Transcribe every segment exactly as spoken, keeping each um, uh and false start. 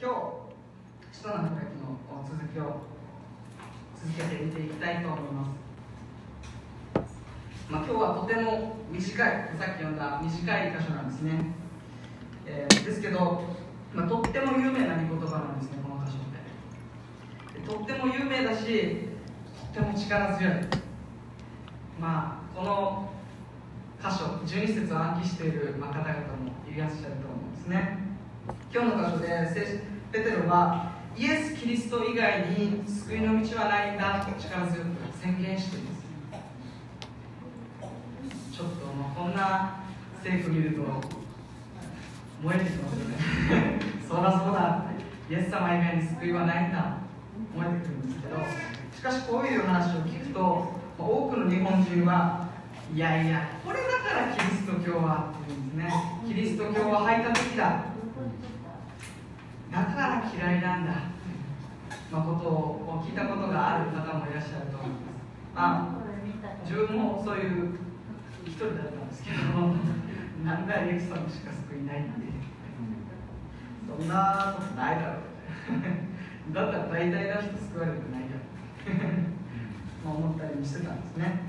今日使徒の働きの続きを続けて見ていきたいと思います。まあ、今日はとても短い、さっき読んだ短い箇所なんですね。えー、ですけど、まあ、とっても有名な御言葉なんですね、この箇所って。とっても有名だし、とっても力強い。まあ、この箇所、じゅうに節を暗記している方々もいらっしゃると思うんですね。今日の箇所でペテロはイエス・キリスト以外に救いの道はないんだと力強く宣言しています。ちょっともうこんな聖句見ると燃えてきますよねそうだそうだ、イエス様以外に救いはないんだ、燃えてくるんですけど、しかしこういう話を聞くと多くの日本人はいやいや、これだからキリスト教はっていうんですね。キリスト教は排他的だ、だから嫌いなんだ、まあ、ことを聞いたことがある方もいらっしゃると思います。まあ、自分もそういう一人だったんですけどなんだイエス様しか救いないってそんなことないだろうだったら大体の人救われてないよまあ思ったりもしてたんですね。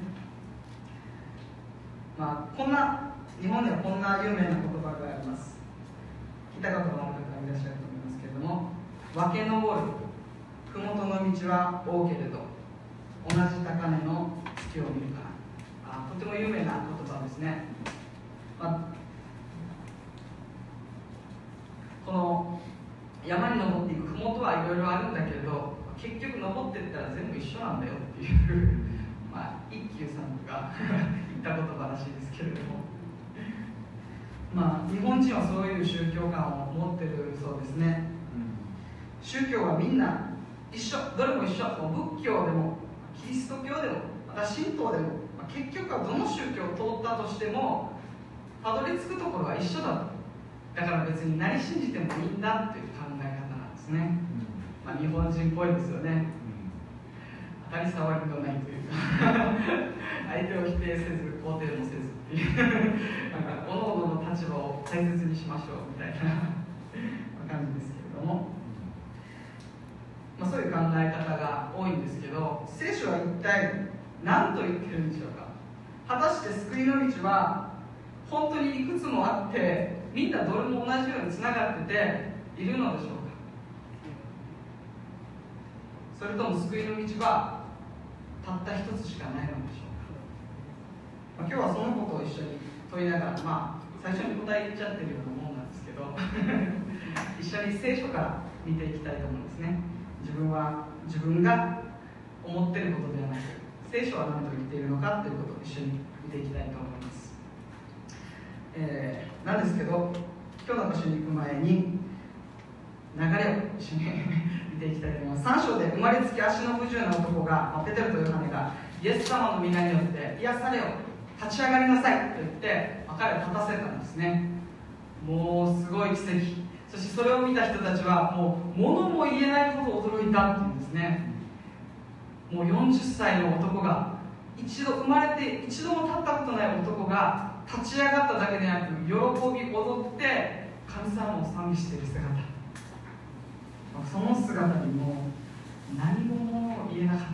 まあ、こんな日本ではこんな有名な言葉があります。聞いたことがある方いらっしゃると思いますけれども、分け登る麓の道は多けれど同じ高値の月を見るから。あ、とても有名な言葉ですね。まあ、この山に登っていく麓はいろいろあるんだけれど、結局登っていったら全部一緒なんだよっていうまあ一休さんが言った言葉らしいですけれども、まあ日本人はそういう宗教観を持ってるそうですね。宗教はみんな一緒、どれも一緒。仏教でもキリスト教でもまた神道でも、まあ、結局はどの宗教を通ったとしてもたどり着くところは一緒だと。だから別に何信じてもいいんだという考え方なんですね。まあ、日本人っぽいですよね。当たり障りのないというか相手を否定せず肯定もせずっていうなんか各々の立場を大切にしましょうみたいな感じですけれども、まあ、そういう考え方が多いんですけど、聖書は一体何と言ってるんでしょうか。果たして救いの道は本当にいくつもあってみんなどれも同じようにつながってているのでしょうか。それとも救いの道はたった一つしかないのでしょうか。まあ、今日はそのことを一緒に問いながら、まあ、最初に答え言っちゃってるようなもんなんですけど一緒に聖書から見ていきたいと思うんですね。自分は自分が思っていることではなく、聖書は何と言っているのかということを一緒に見ていきたいと思います。えー、なんですけど、今日の箇所に行く前に流れを一緒に見ていきたいと思います。さん章で生まれつき足の不自由な男が、まあ、ペテロとヨハネがイエス様の皆によって癒されよ、立ち上がりなさいと言って、まあ、彼を立たせたんですね。もうすごい奇跡。そしてそれを見た人たちはもう物も言えないほど驚いたっていうんですね。もうよんじゅっさいの男が、一度生まれて一度も立ったことない男が立ち上がっただけでなく、喜び踊って神様を賛美している姿、その姿にも何も物を言えなかった。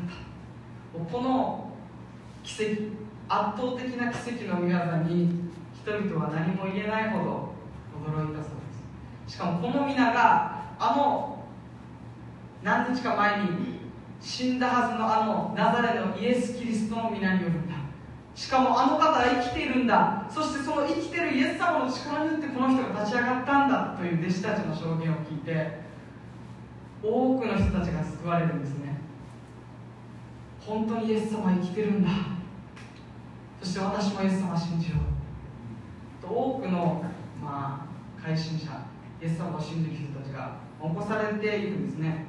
この奇跡、圧倒的な奇跡の御業に人々は何も言えないほど驚いたそうです。しかもこの皆があの何日か前に死んだはずのあのナザレのイエス・キリストの皆によるんだ。しかもあの方は生きているんだ。そしてその生きているイエス様の力によってこの人が立ち上がったんだという弟子たちの証言を聞いて、多くの人たちが救われるんですね。本当にイエス様は生きてるんだ。そして私もイエス様を信じようと、多くの、まあ、改心者、イエス様を信じる人たちが起こされていくんですね。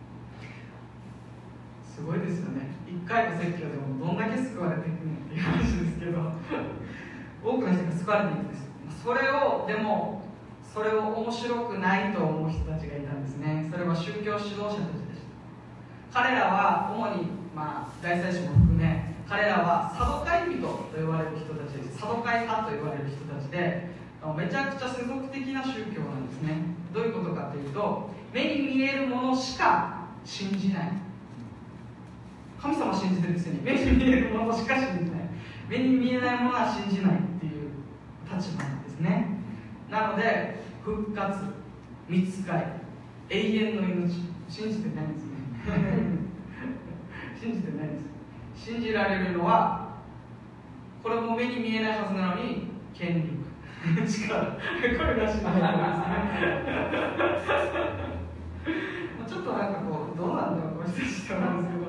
すごいですよね。一回の説教でもどんだけ救われていくのっていう話ですけど多くの人が救われていくんです。それをでもそれを面白くないと思う人たちがいたんですね。それは宗教指導者たちでした。彼らは主に、まあ、大祭司も含め、彼らはサドカイ人と呼ばれる人たちです。サドカイ派と呼ばれる人たちで、めちゃくちゃ世俗的な宗教なんですね。 どういうことかというと、目に見えるものしか信じない。神様は信じてるくせに目に見えるものしか信じない、目に見えないものは信じないっていう立場なんですね。なので復活、御使い、永遠の命、信じてないんですね信じてないんです。信じられるのは、これも目に見えないはずなのに権力力、これが信じられるんですねちょっとなんかこう、どうなんだろうこの人たちとなんですけど、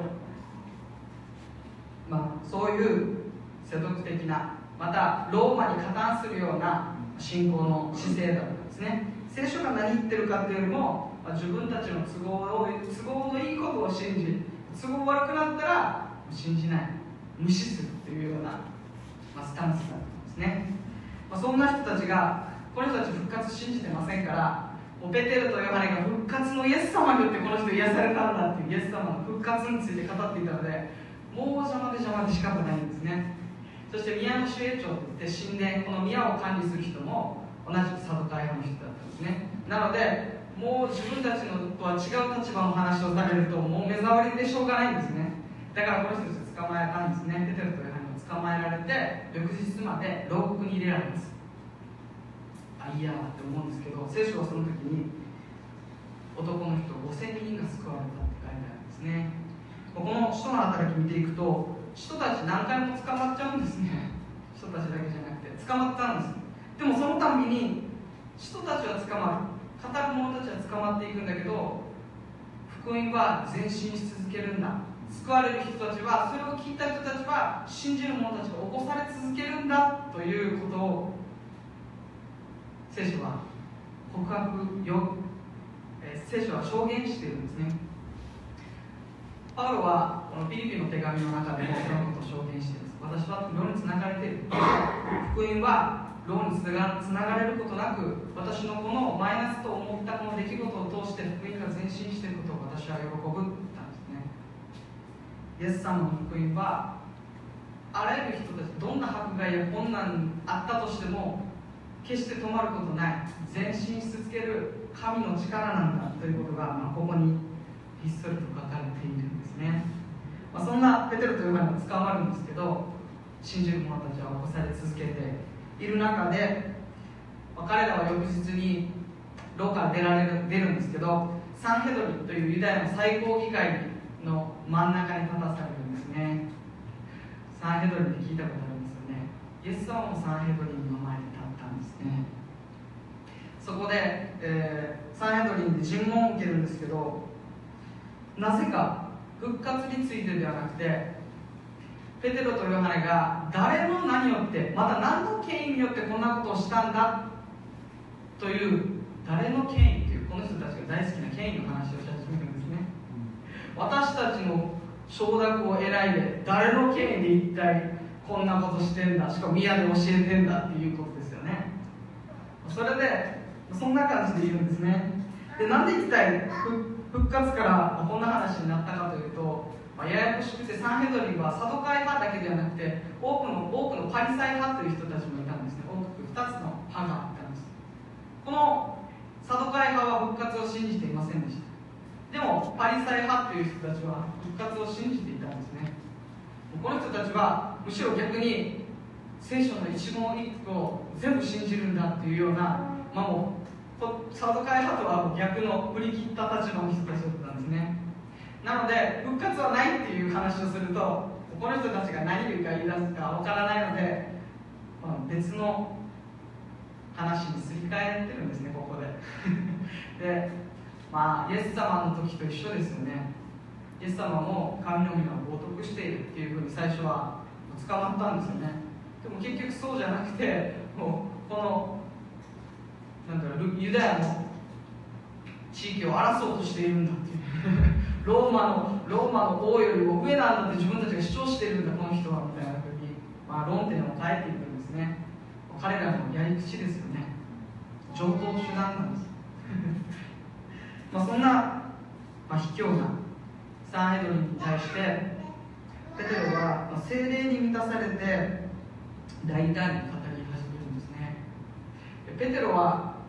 まあ、そういう世俗的な、またローマに加担するような信仰の姿勢だったんですね。聖書が何言ってるかっていうよりも、まあ、自分たちの都合を都合のいいことを信じ、都合悪くなったら信じない、無視するというような、まあ、スタンスだったんですね。まあ、そんな人たちが、この人たち復活信じてませんから、もうペテルとヨハネが復活のイエス様によってこの人癒されたんだっていうイエス様の復活について語っていたので、もう邪魔で邪魔で仕方ないんですね。そして宮の守衛長といって神殿、この宮を管理する人も同じくサドカイ派の人だったんですね。なのでもう自分たちのとは違う立場の話をされると、もう目障りでしょうがないんですね。だからこの人たち捕まえたんですね。ペテルとヨハネを捕まえられて、翌日まで牢獄に入れられます。あ、いやーって思うんですけど、聖書はその時に男の人ごせんにんが救われたって書いてあるんですね。この使徒の働き見ていくと、使徒たち何回も捕まっちゃうんですね。使徒たちだけじゃなくて捕まったんです。でもそのたびに使徒たちは捕まる、語る者たちは捕まっていくんだけど、福音は前進し続けるんだ。救われる人たちは、それを聞いた人たちは、信じる者たちが起こされ続けるんだということを聖書は告白よ、えー、聖書は証言しているんですね。パウロはこのピリピの手紙の中でもそのことを証言しています。私は牢につながれている。福音は牢につながれることなく、私のこのマイナスと思ったこの出来事を通して福音が前進していることを私は喜ぶって言ったんですね。イエス様の福音はあらゆる人たち、どんな迫害や困難にあったとしても決して止まることない、前進し続ける神の力なんだということが、まあ、ここにひっそりと書かれているんですね。まあ、そんなペテロとヨハネが捕まるんですけど、信じる者たちは起こされ続けている中で、まあ、彼らは翌日に牢から出られる出るんですけど、サンヘドリンというユダヤの最高議会の真ん中に立たされるんですね。サンヘドリンって聞いたことありますよね。イエス様もサンヘドリンの前に立ったんですね。そこで、えー、サンヘドリンで尋問を受けるんですけど、なぜか復活についてではなくて、ペテロとヨハネが誰の何によって、また何の権威によってこんなことをしたんだという、誰の権威という、この人たちが大好きな権威の話をし始めるんですね。私たちの承諾を得ないで、誰の権威で一体こんなことしてんだ、しかも宮で教えてんだっていうことですよね。それでそんな感じで言うんですね。で、なんで一体復活からこんな話になったかというと、まあ、ややこしくて、サンヘドリンはサドカイ派だけではなくて、多くの多くのパリサイ派という人たちもいたんですね。大きくふたつの派があったんです。このサドカイ派は復活を信じていませんでした。でもパリサイ派という人たちは復活を信じていたんですね。この人たちはむしろ逆に聖書の一言一句を全部信じるんだっていうような、まあ、もうサドカイ派とは逆の振り切った立場の人たちだったんですね。なので復活はないっていう話をすると、この人たちが何言うか言い出すかわからないので、まあ、別の話にすり替えてるんですね、ここでで、まあ、イエス様の時と一緒ですよね。イエス様も神の皆を冒涜しているっていうふうに最初は捕まったんですよね。でも結局そうじゃなくて、もうこのなんだろう、ユダヤの地域を争おうとしているんだっていうローマのローマの王よりも上なんだって自分たちが主張しているんだこの人は、みたいなふうに、まあ、論点を変えていくんですね。彼らのやり口ですよね。常套手段なんですまあそんな、まあ、卑怯なサンヘドリンに対してペテロは、まあ、聖霊に満たされて大胆に語り始めるんですね。ペテロは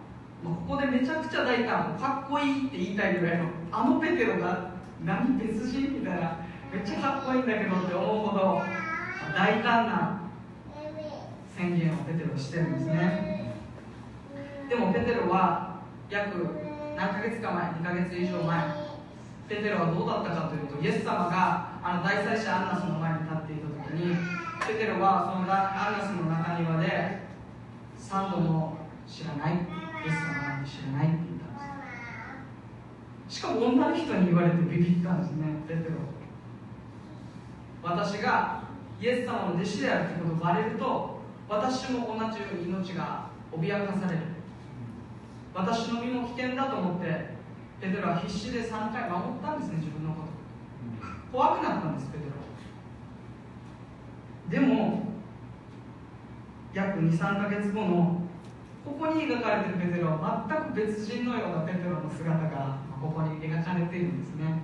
まあ、ここでめちゃくちゃ大胆、かっこいいって言いたいぐらいのあのペテロが何別人みたいな、めっちゃかっこいいんだけどって思うほど大胆な宣言をペテロしてるんですね。でもペテロは約何ヶ月か前、にかげつ以上前、ペテロはどうだったかというと、イエス様があの大祭司アンナスの前に立っていた時に、ペテロはそのアンナスの中庭でさんども知らない、イエス様なんて知らないって言ったんです。しかも女の人に言われてビビったんですね、ペテロ。私がイエス様の弟子であるということがバレると、私も同じように命が脅かされる、私の身も危険だと思って、ペテロは必死でさんかい守ったんですね、自分のこと。怖くなったんです、ペテロ。でも約にさんかげつごのここに描かれているペテロは全く別人のようなペテロの姿がここに描かれているんですね。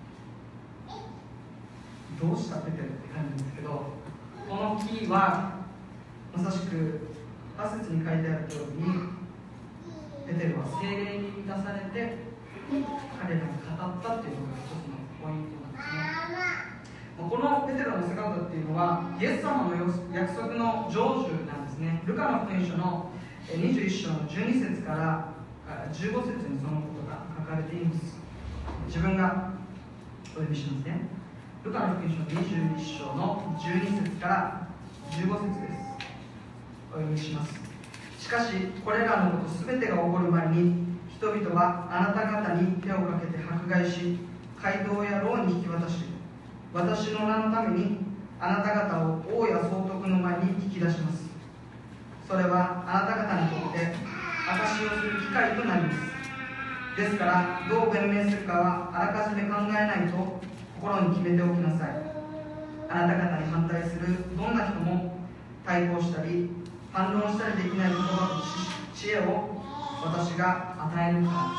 どうしたペテロって感じですけど、この木はまさしくはち節に書いてある通りに、ペテロは聖霊に満たされて彼らに語ったっていうのが一つのポイントなんですね。このペテロの姿っていうのはイエス様の約束の成就なんですね。ルカの福音書のにじゅういっ章のじゅうに節からじゅうご節にそのことが書かれています。自分がお読みしますね。ルカの福音書にじゅういっ章のじゅうに節からじゅうご節です。お読みします。しかしこれらのことすべてが起こる前に、人々はあなた方に手をかけて迫害し、街道や牢に引き渡し、私の名のためにあなた方を王や総督の前に引き出します。それはあなた方にとって証しをする機会となります。ですからどう弁明するかはあらかじめ考えないと心に決めておきなさい。あなた方に反対するどんな人も対抗したり反論したりできない言葉と知恵を私が与えるから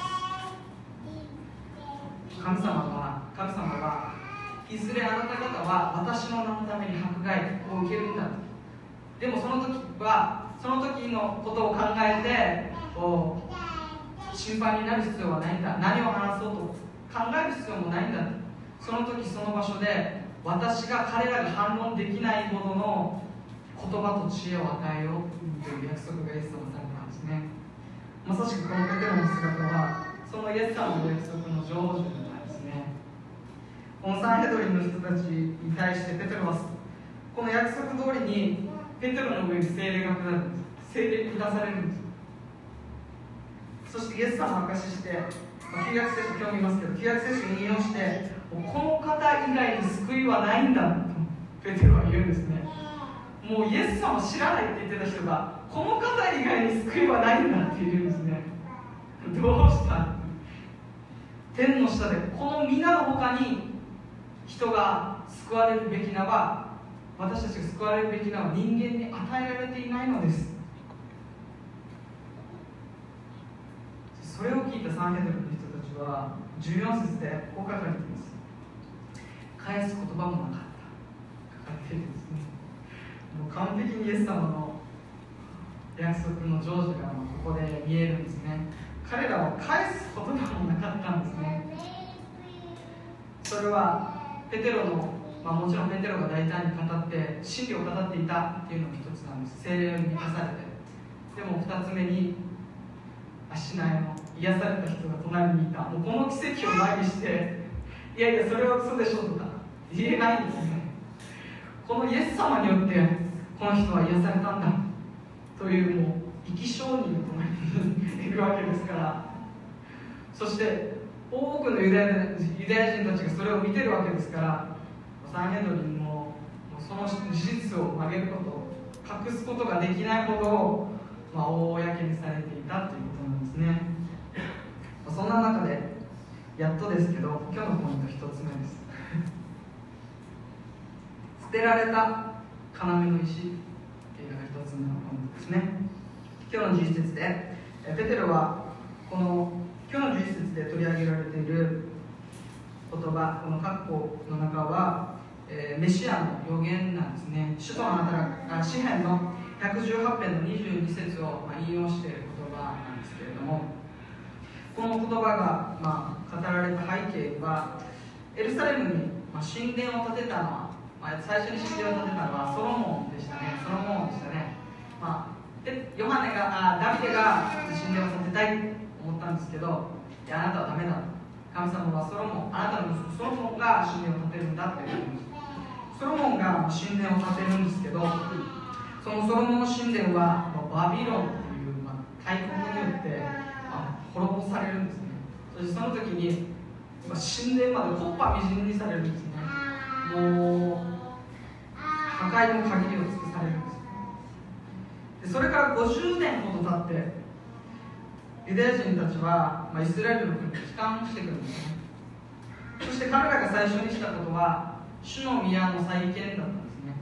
です。神様は神様はいずれあなた方は私の名のために迫害を受けるんだ。でもその時はその時のことを考えてこう心配になる必要はないんだ、何を話そうと考える必要もないんだ。その時その場所で私が彼らが反論できないほどの言葉と知恵を与えようという約束がイエス様されたんですね。まさしくこのペテロの姿はそのイエス様の約束の成就なんですね。このサンヘドリンの人たちに対してペテロはこの約束通りにペテロの上に聖霊が下るんです。聖霊に出されるんです。そしてイエス様を証しして、まあ、旧約聖書今日見ますけど、旧約聖書に引用してこの方以外に救いはないんだとペテロは言うんですね。もうイエス様を知らないって言ってた人がこの方以外に救いはないんだって言うんですね。どうした天の下でこの皆の他に人が救われるべき名は、私たちが救われるべき名は人間に与えられていないのです。それを聞いたサンヘドリの人たちはじゅうよん節でこう書かれています。返す言葉もなかった、書かれているんですね。もう完璧にイエス様の約束の成就がここで見えるんですね。彼らは返す言葉もなかったんですね。それはペテロの、まあ、もちろんペテロが大胆に語って真理を語っていたっていうのが一つなんです。聖霊に満たされて。でも二つ目に足苗の癒された人が隣にいた。もうこの奇跡を前にしていやいやそれは嘘でしょとか言えないんですね。このイエス様によってこの人は癒されたんだというもう生き証人の隣にいるわけですから。そして多くのユダヤユダヤ人たちがそれを見てるわけですから、サンヘドリンもその事実を曲げることを隠すことができないほど、まあ、公にされていたということなんですね。そんな中でやっとですけど今日のポイント一つ目です。捨てられた要の石というのが一つ目のポイントですね。今日のじゅういち節でペテロはこの今日のじゅういち節で取り上げられている言葉、この括弧の中は、えー、メシアの予言なんですね。使徒の働き詩編のひゃくじゅうはち編のにじゅうに節を、まあ、引用している言葉なんですけれども、この言葉が、まあ、語られた背景は、エルサレムに、まあ、神殿を建てたのは、まあ、最初に神殿を建てたのはソロモンでしたね。ソロモンでしたね。まあ、でヨハネがあダビデが神殿を建てたいと思ったんですけど、いや、あなたはダメだと。神様はソロモン、あなたの息子ソロモンが神殿を建てるんだって言うんです。ソロモンが神殿を建てるんですけど、そのソロモン神殿はバビロンという、まあ、大国によって、まあ、滅ぼされるんですね。そしてその時に、まあ、神殿まで木っ端みじんにされるんですね。もう破壊の限りを尽くされるんです。でそれからごじゅうねんほど経ってユダヤ人たちは、まあ、イスラエルの国に帰還してくるんですね。そして彼らが最初にしたことは主の宮の再建だったんですね。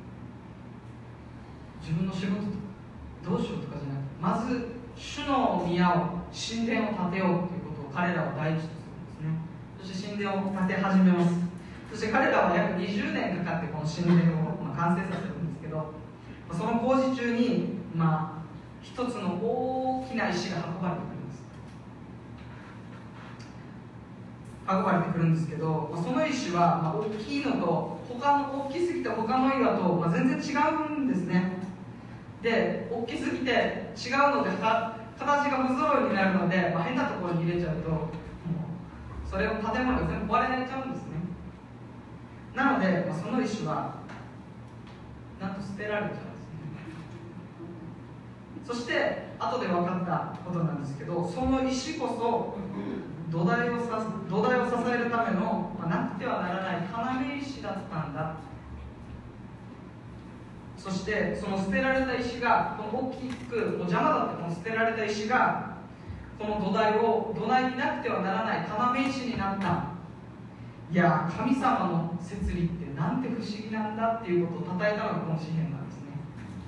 自分の仕事どうしようとかじゃなく、まず主の宮を神殿を建てようということを彼らは第一とするんですね。そして神殿を建て始めます。そして彼らは約にじゅうねんかかってこの神殿を完成させるんですけど、その工事中に、まあ、一つの大きな石が運ばれてくるんです運ばれてくるんですけど、その石は、まあ、大きいのと他の大きすぎて他の岩と、まあ、全然違うんですね。で大きすぎて違うのでか形が不揃いになるので、まあ、変なところに入れちゃうともうそれを建物が全部壊れられちゃうんですね。なので、まあ、その石はなんと捨てられちゃうんですね。そして後で分かったことなんですけど、その石こそ土台をさ土台を支えるための、まあ、なくてはならない要石だったんだ。そしてその捨てられた石がこの大きくもう邪魔だったこの捨てられた石がこの土台を土台になくてはならない要石になった。いや、神様の摂理ってなんて不思議なんだっていうことを称えたのがこの詩篇なんですね。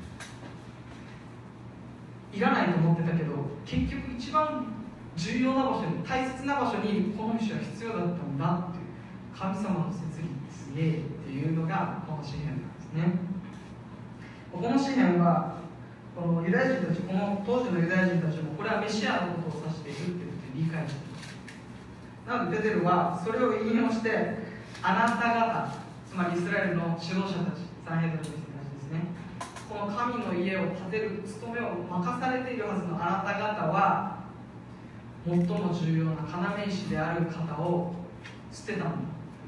いらないと思ってたけど結局一番重要な場所に大切な場所にこの石は必要だったんだっていう神様の摂理すげえっていうのがこの詩篇なんですね。この詩篇はこのユダヤ人たち、この当時のユダヤ人たちもこれはメシアのことを指しているということで理解しています。なのでペテルはそれを引用して、あなた方、つまりイスラエルの指導者たち、サンヘドリンの人たちですね、この神の家を建てる務めを任されているはずのあなた方は最も重要な要石である方を捨てたんだ。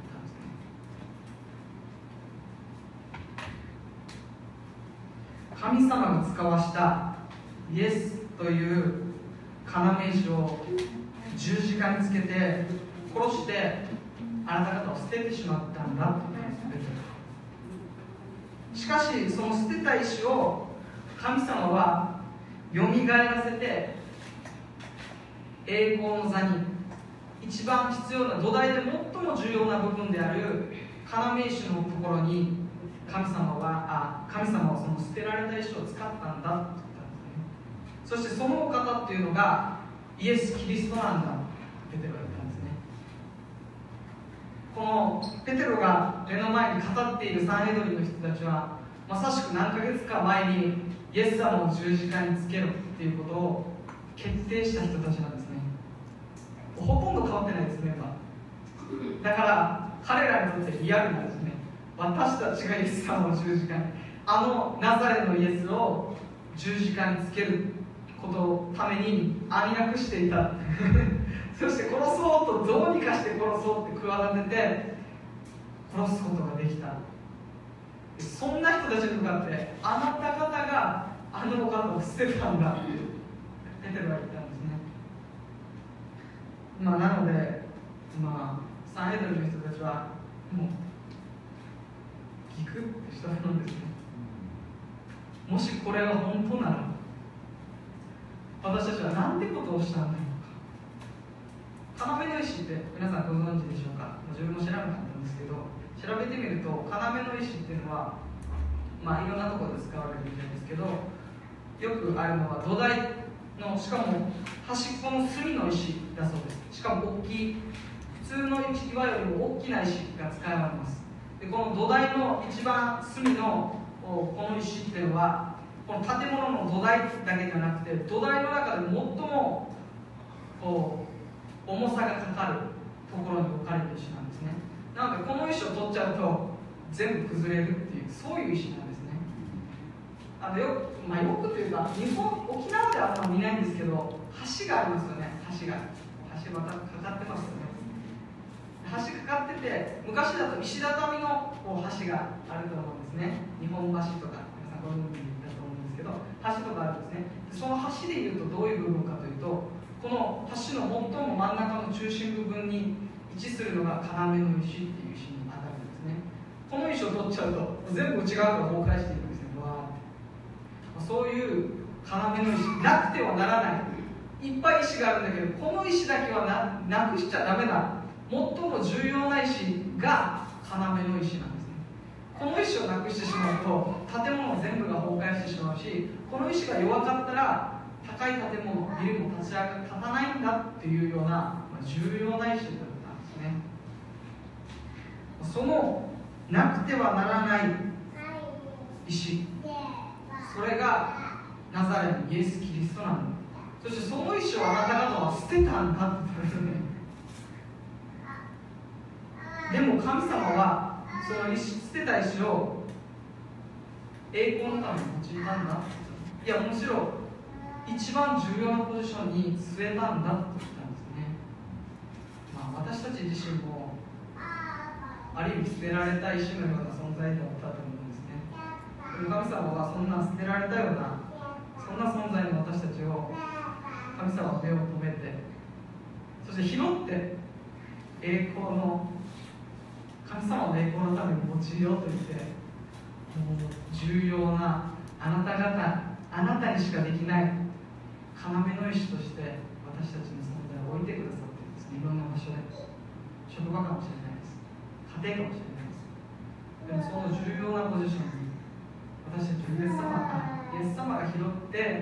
神様が使わしたイエスという要石を十字架につけて殺してあなた方を捨ててしまったんだと言うんです。しかしその捨てた石を神様はよみがえらせて栄光の座に一番必要な土台で最も重要な部分である要石のところに神様はあ神様はその捨てられた石を使ったんだと言ったんですね。そしてそのお方っていうのがイエス・キリストなんだとペテロは言ったんですね。このペテロが目の前に語っているサンヘドリンの人たちはまさしく何ヶ月か前にイエス様を十字架につけろっていうことを決定した人たちなんですね。ほとんど変わってないですね。だから彼らにとってリアルなんですね。私たちがイエス様を十字架に、あのナザレのイエスを十字架につけることのために暗躍していたそして殺そうとどうにかして殺そうって企てて殺すことができた。そんな人たちに向かってあなた方があのお方を捨てたんだってペテロは言ったんですね。まあなのでまあサンヘドリンの人たちはもうギクッてしたものですね。もしこれが本当なら私たちは何てことをしたんだろうか。要の石って皆さんご存知でしょうか。自分も調べなかったんですけど、調べてみると要の石っていうのはまあいろんなところで使われているんですけど、よくあるのは土台のしかも端っこの隅の石だそうです。しかも大きい普通の岩よりも大きな石が使われます。でこの土台の一番隅のこの石っていうのはこの建物の土台だけじゃなくて、土台の中で最もこう重さがかかるところに置かれる石なんですね。なのでこの石を取っちゃうと全部崩れるっていう、そういう石なんですね。あのよ、まあ、よくというか、日本沖縄ではあんま見ないんですけど、橋がありますよね。橋が橋またかかってますよね。橋かかってて、昔だと石畳のこう橋があると思うんですね。日本橋とか皆さんご存知だと思うんですけど、橋とかあるんですね。その橋でいうとどういう部分かというと、この橋の最も真ん中の中心部分に位置するのが要の石っていう石に当たるんですね。この石を取っちゃうと全部内側から崩壊していくんですね。わーって、そういう要の石、なくてはならない、いっぱい石があるんだけど、この石だけは な, なくしちゃダメだ、最も重要な石が要の石なんですね。この石をなくしてしまうと建物全部が崩壊してしまうし、この石が弱かったら高い建物、ビルも立ち上が立たないんだっていうような、まあ、重要な石だったんですね。そのなくてはならない石、それがナザレのイエス・キリストなんだ。そしてその石をあなた方は捨てたんだって言ったんですね。でも神様はその石、捨てた石を栄光のために用いたんだ。いや、むしろ一番重要なポジションに据えたんだと言ったんですね。まあ、私たち自身もある意味捨てられた石のような存在であったと思うんですね。でも神様はそんな捨てられたような、そんな存在の私たちを神様は目を留めて、そして拾って栄光の神様の栄光のために用いようと言って、もう重要なあなた方、あなたにしかできない要の石として私たちの存在を置いてくださっているんです。いろんな場所で、職場かもしれないです、家庭かもしれないです。でもその重要なポジションに私たちをイエス様がイエス様が拾って、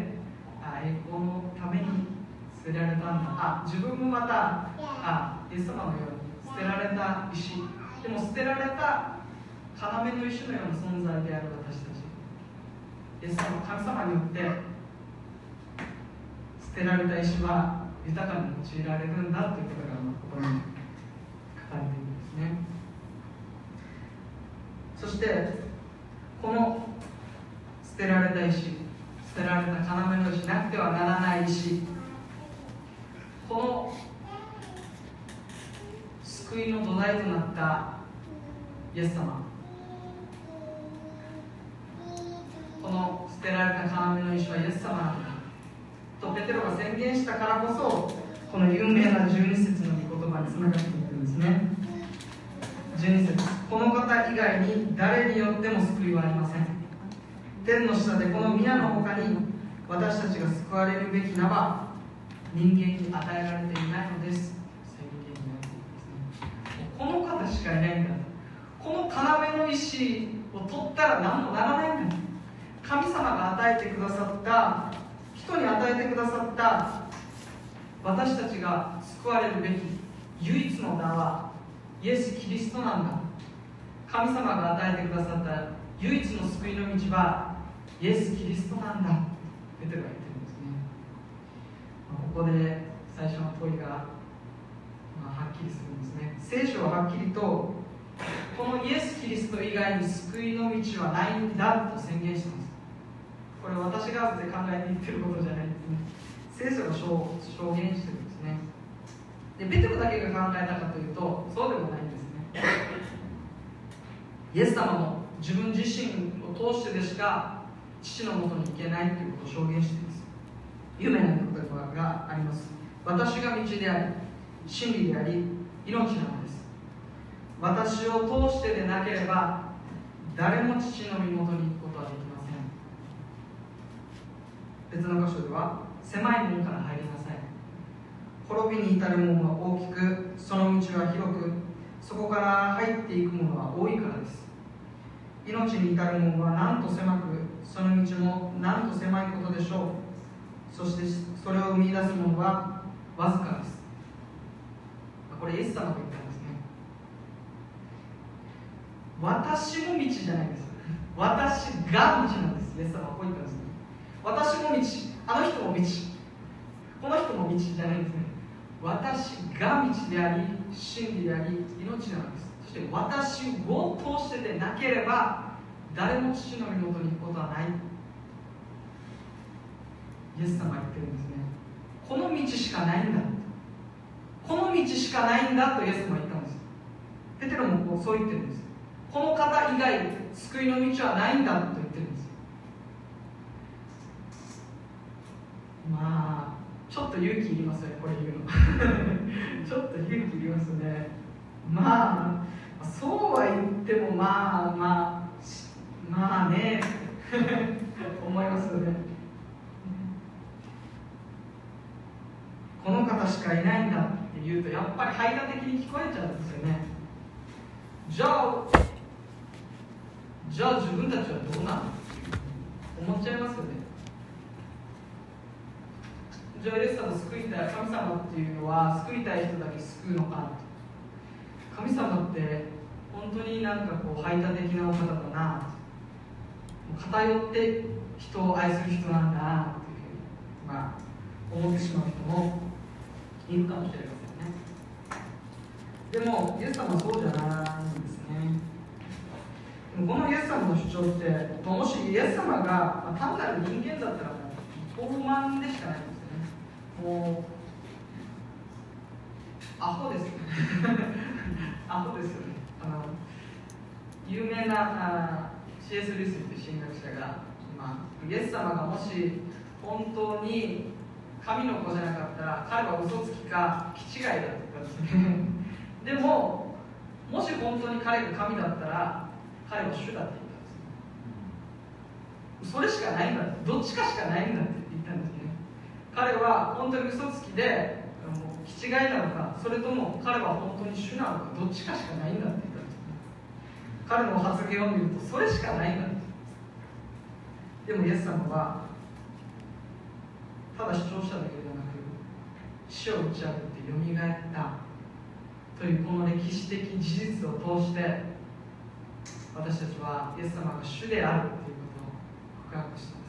あ、栄光のために捨てられたんだ、あ、自分もまた、あ、イエス様のように捨てられた石、でも捨てられた要の石のような存在である私たち、イエス様、神様によって捨てられた石は豊かに用いられるんだということがここに書かれているんですね。そしてこの捨てられた石、捨てられた要の石、なくてはならない石、この救いの土台となったイエス様、この捨てられた要の石はイエス様なんだとペテロが宣言したからこそ、この有名なじゅうに節の御言葉につながっていくんですね。じゅうに節、この方以外に誰によっても救いはありません。天の下でこの皆の他に私たちが救われるべき名は人間に与えられていないのです。この方しかいないんだ。この要の石を取ったら何もならないんだ。神様が与えてくださった、人に与えてくださった私たちが救われるべき唯一の名はイエス・キリストなんだ。神様が与えてくださった唯一の救いの道はイエス・キリストなんだ、ペテロが言ってるんですね。ここで最初の問いが、まあ、はっきりするんですね。聖書ははっきりとこのイエス・キリスト以外に救いの道はないんだと宣言しています。これは私が後で考えて言ってることじゃないですね。聖書が証言してるんですね。でペテロだけが考えたかというとそうでもないんですね。イエス様も自分自身を通してでしか父のもとに行けないということを証言しています。有名な言葉があります。私が道であり真理であり命なのです。私を通してでなければ誰も父の身元に行くことはできません。別の箇所では狭い門から入りなさい、滅びに至る門は大きく、その道は広く、そこから入っていく者は多いからです。命に至る門はなんと狭く、その道もなんと狭いことでしょう。そしてそれを見出す者はわずかです。これイエス様が言ったんですね。私の道じゃないです。私が道なんです。イエス様はこう言ったんですね。 私も道、あの人も道、この人も道じゃないんですね。私が道であり、真理であり、命なのです。そして私を通してでなければ誰も父の身元に行くことはない。イエス様は言ってるんですね。この道しかないんだ、この道しかないんだとイエス様は言ったんです。ペテロもこうそう言ってるんです。この方以外救いの道はないんだと言ってるんです。まあちょっと勇気いりますよね、これ言うのちょっと勇気いりますね。まあそうは言ってもまあまあまあね思いますよね。この方しかいないんだって言うとやっぱり排他的に聞こえちゃうんですよね。じゃあじゃあ自分たちはどうなの思っちゃいますよね。じゃあイエス様を救いたい神様っていうのは救いたい人だけ救うのか。神様って本当になんかこう排他的なお方だな、偏って人を愛する人なんだなっていうふうに、まあ、思ってしまう人もいるかもしれませんね。でもイエス様はそうじゃないんですね。でもこのイエス様の主張って、もしイエス様が単なる人間だったらもう傲慢でしかないんですよね。もうアホですよねアホですよね。あの有名な シーエス ルイスという神学者が、まあ、イエス様がもし本当に神の子じゃなかったら彼は嘘つきか気違いだって言ったんですねでももし本当に彼が神だったら彼は主だって言ったんです。それしかないんだって、どっちかしかないんだって言ったんですね。彼は本当に嘘つきで気違いなのか、それとも彼は本当に主なのか、どっちかしかないんだって言ったんですね。彼の発言を見るとそれしかないんだって。でもイエス様はただ主張しただけではなく、死を打ち破ってよみがえったというこの歴史的事実を通して、私たちはイエス様が主であるということを告白しています。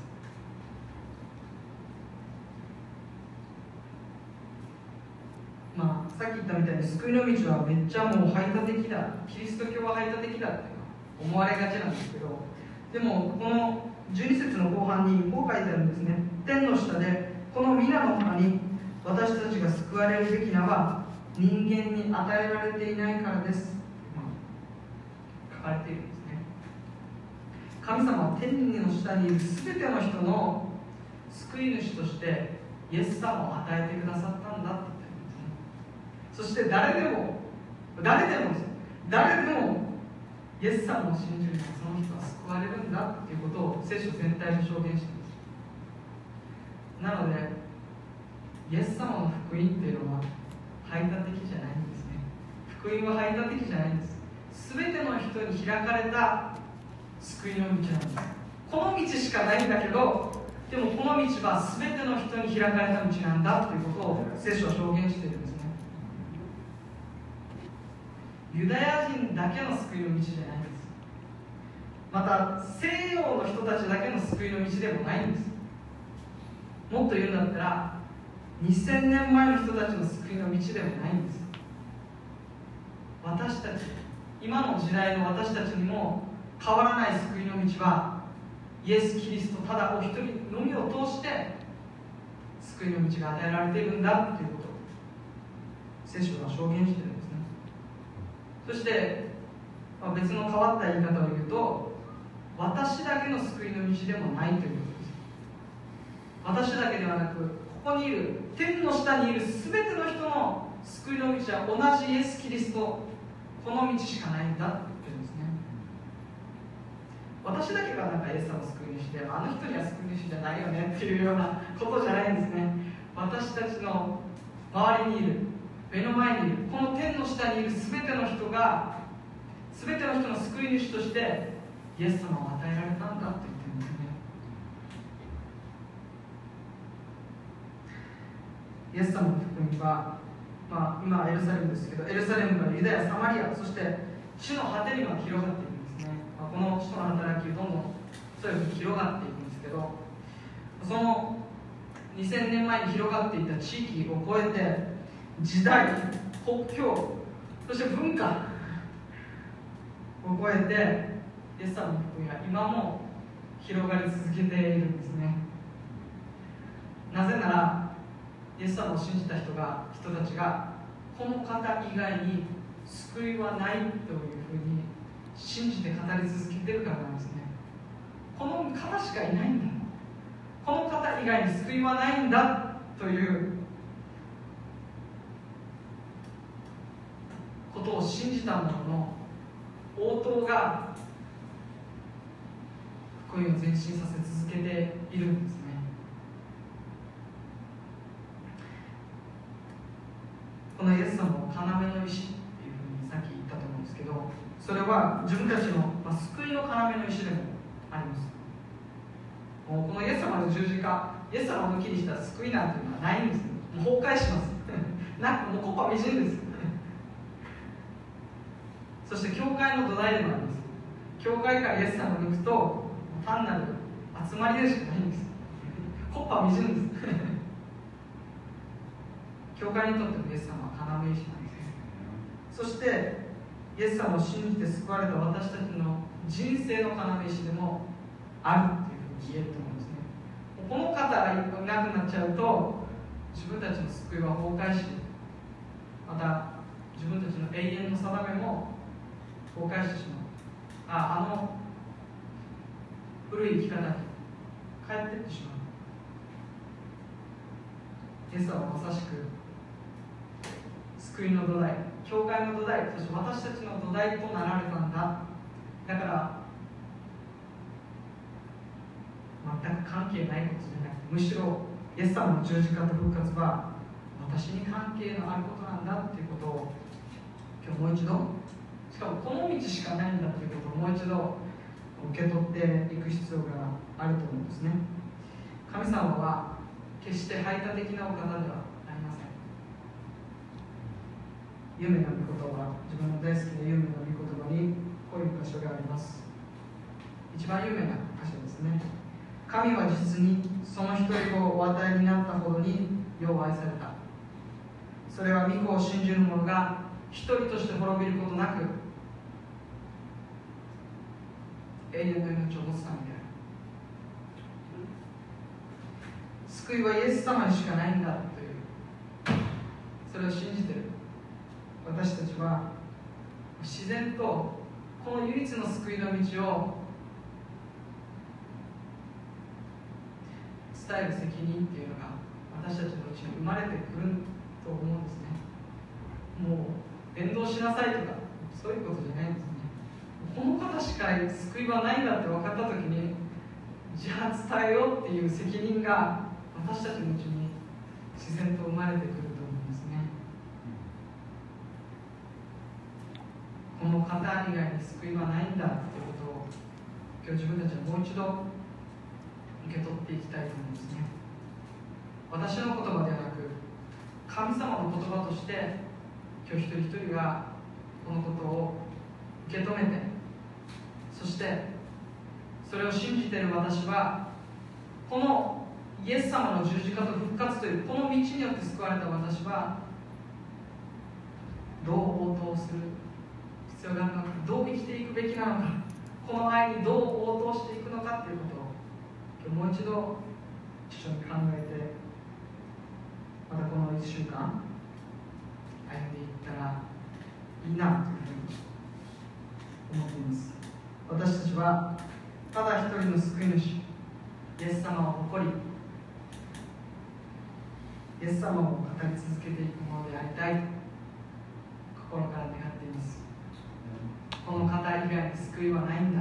まあ、さっき言ったみたいに救いの道はめっちゃもう排他的だ、キリスト教は排他的だって思われがちなんですけど、でもこのじゅうに節の後半にこう書いてあるんですね。天の下でこの皆の他に私たちが救われるべき名は人間に与えられていないからです、書かれているんですね。神様は天の下にいる全ての人の救い主としてイエス様を与えてくださったんだって言ってるんですね。そして誰でも誰でも誰でもイエス様を信じるのはその人は救われるんだということを聖書全体で証言しています。なのでイエス様の福音っていうのは排他的じゃないんですね。福音は排他的じゃないんです。全ての人に開かれた救いの道なんです。この道しかないんだけど、でもこの道は全ての人に開かれた道なんだということを聖書は証言しているんですね。ユダヤ人だけの救いの道じゃないんです。また西洋の人たちだけの救いの道でもないんです。もっと言うんだったらにせんねんまえの人たちの救いの道でもないんです。私たち、今の時代の私たちにも変わらない救いの道はイエス・キリストただお一人のみを通して救いの道が与えられているんだということを聖書は証言しているんですね。そして、まあ、別の変わった言い方を言うと、私だけの救いの道でもないということです。私だけではなく、ここにいる天の下にいる全ての人の救いの道は同じイエス・キリスト、この道しかないんだって言ってるんですね。私だけがなんかイエス様を救いにして、あの人には救い主じゃないよねっていうようなことじゃないんですね。私たちの周りにいる、目の前にいる、この天の下にいる全ての人が、全ての人の救い主としてイエス様を与えられたんだって言ってるんですね。イエス様の福音は、まあ、今はエルサレムですけど、エルサレムからユダヤ、サマリア、そして地の果てには広がっていくんですね。まあ、この使徒の働きどんどんそういうふうに広がっていくんですけど、 そのにせんねんまえに広がっていた地域を超えて、時代、国境、そして文化を超えて、イエス様の福音は今も広がり続けているんですね。なぜなら、イエス様を信じた人が人たちがこの方以外に救いはないというふうに信じて語り続けているからなんですね。この方しかいないんだ、この方以外に救いはないんだということを信じた者の応答が福音を前進させ続けているんですね。このイエス様の要の石っていうふうにさっき言ったと思うんですけど、それは自分たちの、まあ、救いの要の石でもあります。もうこのイエス様の十字架、イエス様を抜きにした救いなんていうのはないんです。もう崩壊しますなくもうコパみじんですそして教会の土台でもあります。教会からイエス様を抜くと単なる集まりでしかないんです。コッパみじんです教会にとってもイエス様は要石なんです。そしてイエス様を信じて救われた私たちの人生の要石でもあるというふうに言えると思うんですね。この方がいなくなっちゃうと自分たちの救いは崩壊し、また自分たちの永遠の定めも崩壊してしまう。ああの古い生き方に帰っていってしまう。イエス様はまさしく救いの土台、教会の土台、そして私たちの土台となられたんだ。だから全く関係ないことじゃなくて、むしろイエス様の十字架と復活は私に関係のあることなんだということを今日もう一度、しかもこの道しかないんだということをもう一度受け取っていく必要があると思うんですね。神様は決して排他的なお方ではありません。夢の御言葉、自分の大好きな夢の御言葉にこういう箇所があります。一番有名な箇所ですね。神は実にその一人子をお与えになったほどによう愛された。それは御子を信じる者が一人として滅びることなく永遠の命を持つためである。救いはイエス様にしかないんだという、それを信じている私たちは自然とこの唯一の救いの道を伝える責任っていうのが私たちのうちに生まれてくると思うんですね。もう伝道しなさいとかそういうことじゃないんですね。この方しか救いはないんだって分かったときに、じゃあ伝えようっていう責任が私たちのうちに自然と生まれてくると思うんですね。この方以外に救いはないんだっていうことを今日自分たちはもう一度受け取っていきたいと思うんですね。私の言葉ではなく神様の言葉として今日一人一人がこのことを受け止めて、そしてそれを信じている私はこのイエス様の十字架と復活というこの道によって救われた私はどう応答する必要があるのか、どう生きていくべきなのか、この愛にどう応答していくのかということを今日もう一度一緒に考えて、またこのいっしゅうかん歩んでいったらいいなというふうに思っています。私たちはただ一人の救い主イエス様を誇り、イエス様を語り続けていくものでありたい心から願っています。この方以外に救いはないんだ、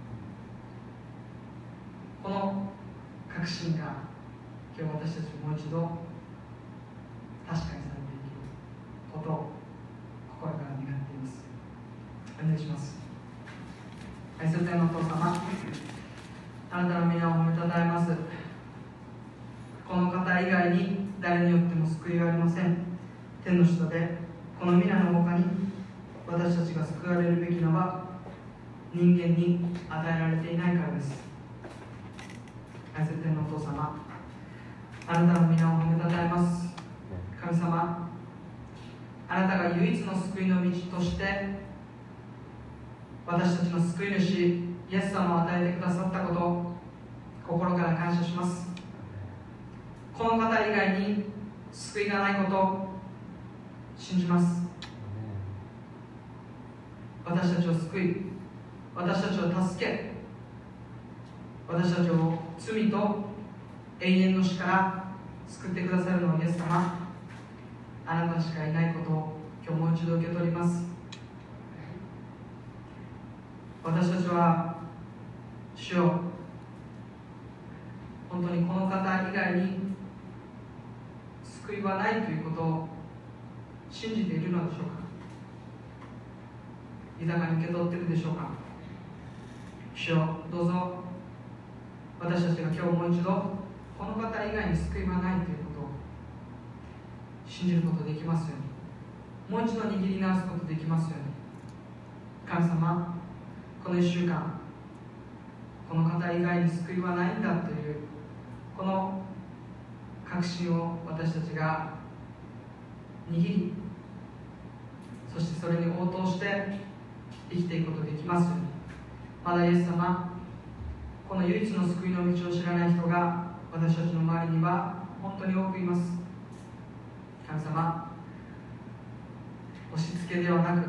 この確信が今日私たちもう一度確かにされていくことを心から願っています。お願いします。愛する天のお父様、あなたの皆を褒めたたえます。この方以外に誰によっても救いがありません。天の下でこの皆の他に私たちが救われるべきのは人間に与えられていないからです。愛する天のお父様、 あなたの皆を褒めたたえます。神様、あなたが唯一の救いの道として私たちの救い主イエス様を与えてくださったことを心から感謝します。この方以外に救いがないことを信じます。私たちを救い、私たちを助け、私たちを罪と永遠の死から救ってくださるのはイエス様、あなたしかいないことを今日もう一度受け取ります。私たちは主よ、本当にこの方以外に救いはないということを信じているのでしょうか。豊かに受け取っているでしょうか。主よ、どうぞ私たちが今日もう一度この方以外に救いはないということを信じることができますように、もう一度握り直すことができますように。神様、このいっしゅうかん、この方以外に救いはないんだというこの確信を私たちが握り、そしてそれに応答して生きていくことができますように。まだイエス様、この唯一の救いの道を知らない人が私たちの周りには本当に多くいます。神様、押し付けではなく、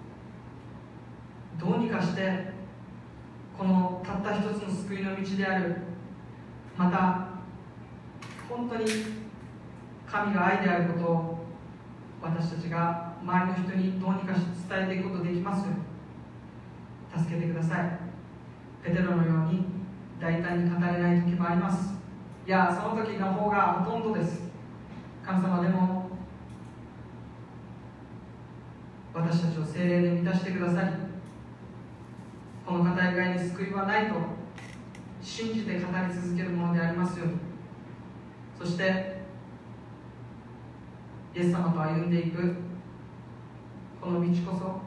どうにかしてこのたった一つの救いの道である、また本当に神が愛であることを私たちが周りの人にどうにかして伝えていくことができますように助けてください。ペテロのように大胆に語れない時もあります。いや、その時の方がほとんどです。神様、でも私たちを聖霊で満たしてくださり、この方以外に救いはないと信じて語り続けるものでありますように。そしてイエス様と歩んでいくこの道こそ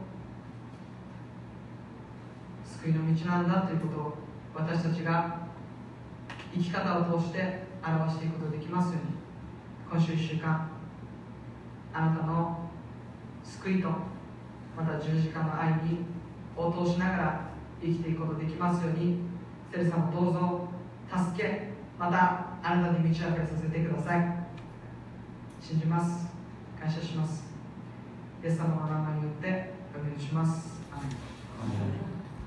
救いの道なんだということを私たちが生き方を通して表していくことができますように、今週いっしゅうかん、あなたの救いとまた十字架の愛に応答しながら生きていくことができますように、聖霊様どうぞ助け、またあなたに満ち溢れさせてください。信じます。感謝します。イエス様の名前によってお祈りします。アーメン。